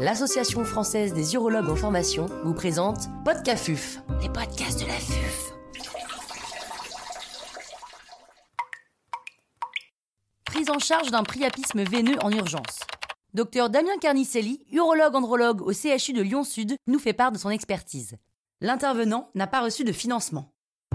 l'Association française des urologues en formation vous présente Podcafuf, les podcasts de la FUF. Prise en charge d'un priapisme veineux en urgence. Docteur Damien Carnicelli, urologue-andrologue au CHU de Lyon-Sud, nous fait part de son expertise. L'intervenant n'a pas reçu de financement.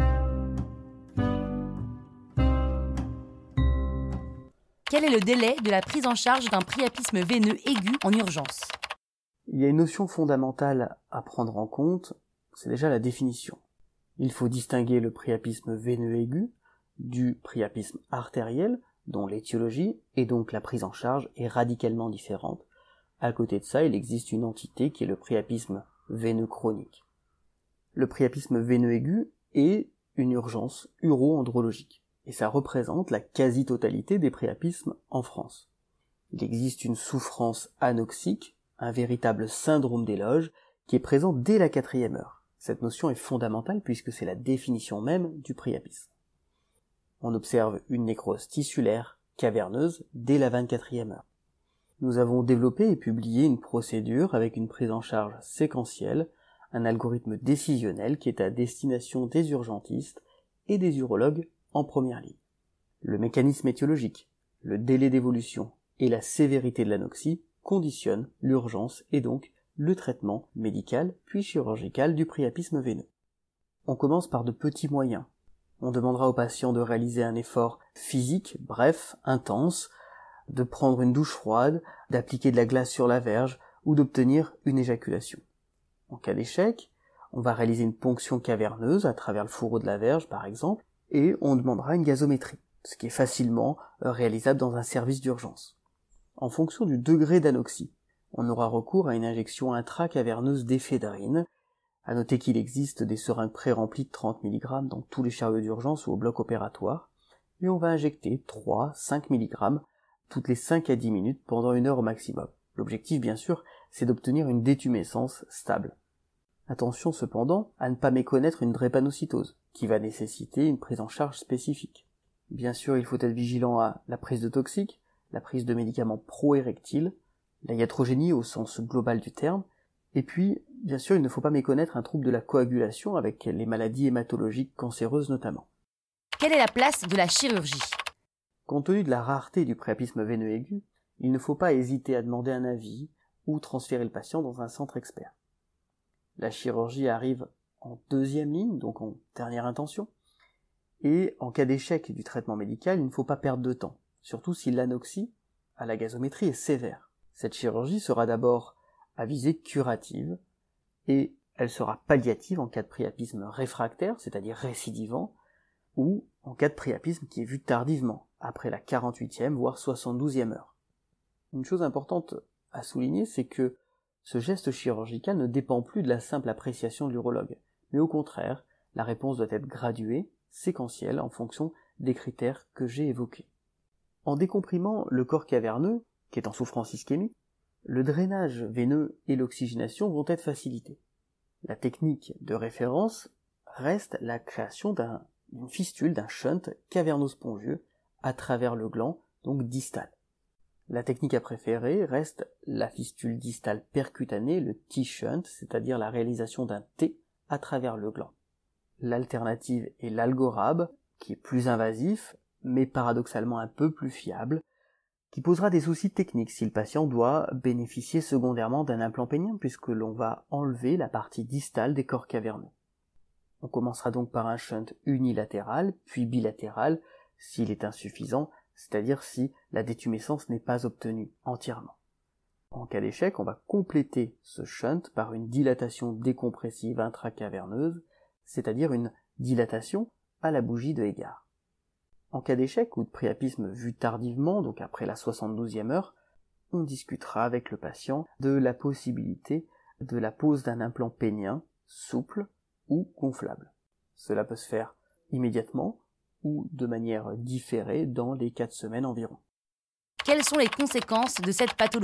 Quel est le délai de la prise en charge d'un priapisme veineux aigu en urgence ? Il y a une notion fondamentale à prendre en compte, c'est déjà la définition. Il faut distinguer le priapisme veineux aigu du priapisme artériel, dont l'étiologie et donc la prise en charge est radicalement différente. À côté de ça, il existe une entité qui est le priapisme veineux chronique. Le priapisme veineux aigu est une urgence uro-andrologique, et ça représente la quasi-totalité des priapismes en France. Il existe une souffrance anoxique, un véritable syndrome d'éloge, qui est présent dès la 4e heure. Cette notion est fondamentale puisque c'est la définition même du priapisme. On observe une nécrose tissulaire caverneuse dès la 24e heure. Nous avons développé et publié une procédure avec une prise en charge séquentielle, un algorithme décisionnel qui est à destination des urgentistes et des urologues en première ligne. Le mécanisme étiologique, le délai d'évolution et la sévérité de l'anoxie conditionnent l'urgence et donc le traitement médical puis chirurgical du priapisme veineux. On commence par de petits moyens. On demandera au patient de réaliser un effort physique, bref, intense, de prendre une douche froide, d'appliquer de la glace sur la verge ou d'obtenir une éjaculation. En cas d'échec, on va réaliser une ponction caverneuse à travers le fourreau de la verge par exemple, et on demandera une gazométrie, ce qui est facilement réalisable dans un service d'urgence. En fonction du degré d'anoxie, on aura recours à une injection intracaverneuse d'éphédrine. À noter qu'il existe des seringues pré-remplies de 30 mg dans tous les chariots d'urgence ou au bloc opératoire, et on va injecter 3-5 mg toutes les 5 à 10 minutes pendant 1 heure au maximum. L'objectif, bien sûr, c'est d'obtenir une détumescence stable. Attention cependant à ne pas méconnaître une drépanocytose, qui va nécessiter une prise en charge spécifique. Bien sûr, il faut être vigilant à la prise de toxiques, la prise de médicaments pro-érectiles, la iatrogénie au sens global du terme, et puis, bien sûr, il ne faut pas méconnaître un trouble de la coagulation avec les maladies hématologiques cancéreuses notamment. Quelle est la place de la chirurgie ? Compte tenu de la rareté du priapisme veineux aigu, il ne faut pas hésiter à demander un avis ou transférer le patient dans un centre expert. La chirurgie arrive en 2e ligne, donc en dernière intention, et en cas d'échec du traitement médical, il ne faut pas perdre de temps, surtout si l'anoxie à la gazométrie est sévère. Cette chirurgie sera d'abord à visée curative, et elle sera palliative en cas de priapisme réfractaire, c'est-à-dire récidivant, ou en cas de priapisme qui est vu tardivement, après la 48e voire 72e heure. Une chose importante à souligner, c'est que ce geste chirurgical ne dépend plus de la simple appréciation de l'urologue, mais au contraire, la réponse doit être graduée, séquentielle, en fonction des critères que j'ai évoqués. En décomprimant le corps caverneux, qui est en souffrance ischémique, le drainage veineux et l'oxygénation vont être facilités. La technique de référence reste la création d'une fistule, d'un shunt cavernospongieux à travers le gland, donc distal. La technique à préférer reste la fistule distale percutanée, le T-shunt, c'est-à-dire la réalisation d'un T à travers le gland. L'alternative est l'algorab, qui est plus invasif, mais paradoxalement un peu plus fiable, qui posera des soucis techniques si le patient doit bénéficier secondairement d'un implant pénien puisque l'on va enlever la partie distale des corps caverneux. On commencera donc par un shunt unilatéral, puis bilatéral s'il est insuffisant, c'est-à-dire si la détumescence n'est pas obtenue entièrement. En cas d'échec, on va compléter ce shunt par une dilatation décompressive intracaverneuse, c'est-à-dire une dilatation à la bougie de Hegar. En cas d'échec ou de priapisme vu tardivement, donc après la 72e heure, on discutera avec le patient de la possibilité de la pose d'un implant pénien souple ou gonflable. Cela peut se faire immédiatement ou de manière différée dans les 4 semaines environ. Quelles sont les conséquences de cette pathologie ?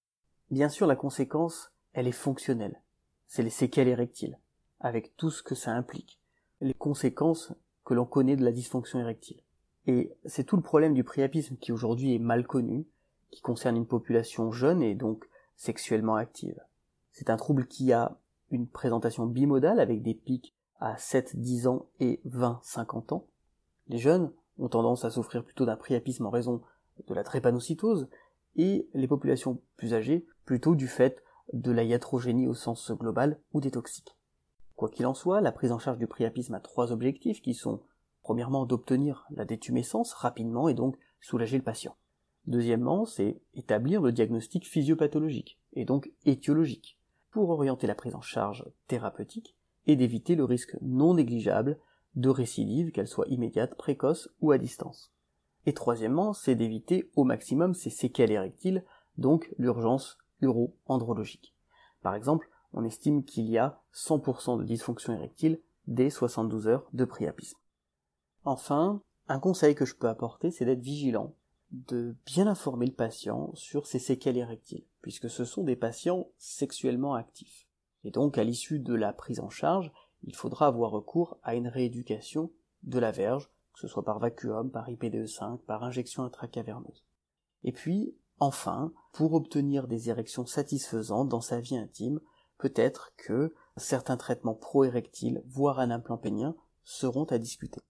Bien sûr, la conséquence, elle est fonctionnelle. C'est les séquelles érectiles, avec tout ce que ça implique. Les conséquences que l'on connaît de la dysfonction érectile. Et c'est tout le problème du priapisme qui aujourd'hui est mal connu, qui concerne une population jeune et donc sexuellement active. C'est un trouble qui a une présentation bimodale avec des pics à 7-10 ans et 20-50 ans. Les jeunes ont tendance à souffrir plutôt d'un priapisme en raison de la drépanocytose et les populations plus âgées plutôt du fait de la iatrogénie au sens global ou des toxiques. Quoi qu'il en soit, la prise en charge du priapisme a 3 objectifs qui sont premièrement d'obtenir la détumescence rapidement et donc soulager le patient. Deuxièmement, c'est établir le diagnostic physiopathologique et donc étiologique pour orienter la prise en charge thérapeutique et d'éviter le risque non négligeable de récidive, qu'elle soit immédiate, précoce ou à distance. Et troisièmement, c'est d'éviter au maximum ces séquelles érectiles, donc l'urgence uro-andrologique. Par exemple, on estime qu'il y a 100% de dysfonction érectile dès 72 heures de priapisme. Enfin, un conseil que je peux apporter, c'est d'être vigilant, de bien informer le patient sur ces séquelles érectiles, puisque ce sont des patients sexuellement actifs. Et donc, à l'issue de la prise en charge, il faudra avoir recours à une rééducation de la verge, que ce soit par vacuum, par IPDE5, par injection intracaverneuse. Et puis, enfin, pour obtenir des érections satisfaisantes dans sa vie intime, peut-être que certains traitements pro-érectiles, voire un implant pénien, seront à discuter.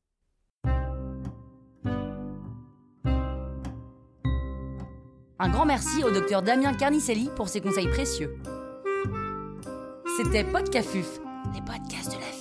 Un grand merci au docteur Damien Carnicelli pour ses conseils précieux. C'était Podcafuf, les podcasts de la vie.